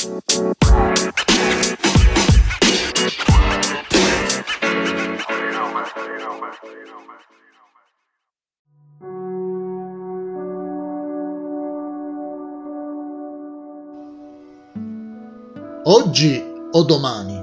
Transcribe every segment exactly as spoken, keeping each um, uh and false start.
Oggi o domani?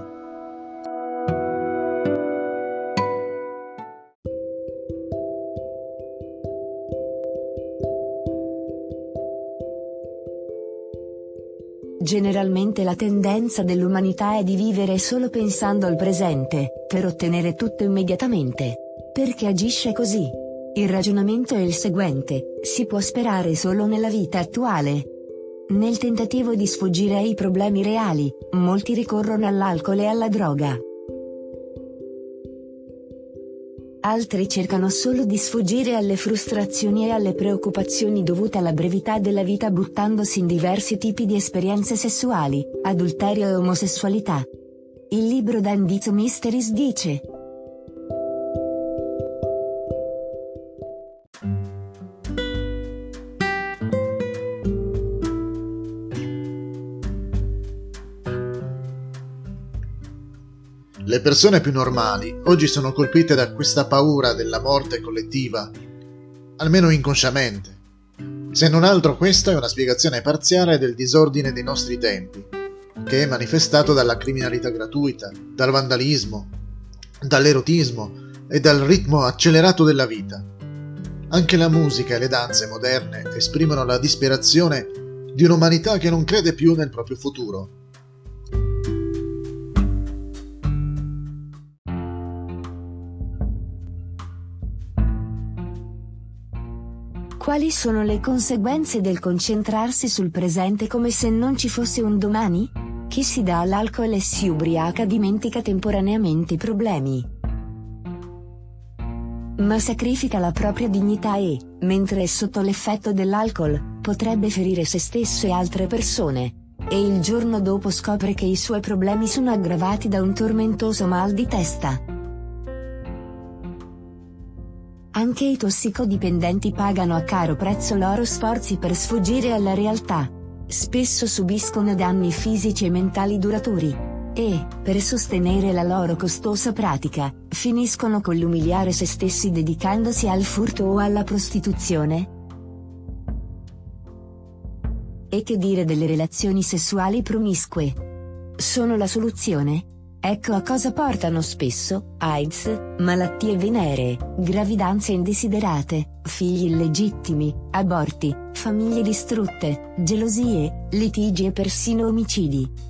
Generalmente la tendenza dell'umanità è di vivere solo pensando al presente, per ottenere tutto immediatamente. Perché agisce così? Il ragionamento è il seguente: si può sperare solo nella vita attuale. Nel tentativo di sfuggire ai problemi reali, molti ricorrono all'alcol e alla droga. Altri cercano solo di sfuggire alle frustrazioni e alle preoccupazioni dovute alla brevità della vita buttandosi in diversi tipi di esperienze sessuali, adulterio e omosessualità. Il libro Dan Dizo Mysteries dice: Le persone più normali oggi sono colpite da questa paura della morte collettiva, almeno inconsciamente. Se non altro, questa è una spiegazione parziale del disordine dei nostri tempi, che è manifestato dalla criminalità gratuita, dal vandalismo, dall'erotismo e dal ritmo accelerato della vita. Anche la musica e le danze moderne esprimono la disperazione di un'umanità che non crede più nel proprio futuro. Quali sono le conseguenze del concentrarsi sul presente come se non ci fosse un domani? Chi si dà all'alcol e si ubriaca dimentica temporaneamente i problemi, ma sacrifica la propria dignità e, mentre è sotto l'effetto dell'alcol, potrebbe ferire se stesso e altre persone. E il giorno dopo scopre che i suoi problemi sono aggravati da un tormentoso mal di testa. Anche i tossicodipendenti pagano a caro prezzo i loro sforzi per sfuggire alla realtà. Spesso subiscono danni fisici e mentali duraturi. E, per sostenere la loro costosa pratica, finiscono con l'umiliare se stessi dedicandosi al furto o alla prostituzione. E che dire delle relazioni sessuali promiscue? Sono la soluzione? Ecco a cosa portano spesso: AIDS, malattie veneree, gravidanze indesiderate, figli illegittimi, aborti, famiglie distrutte, gelosie, litigi e persino omicidi.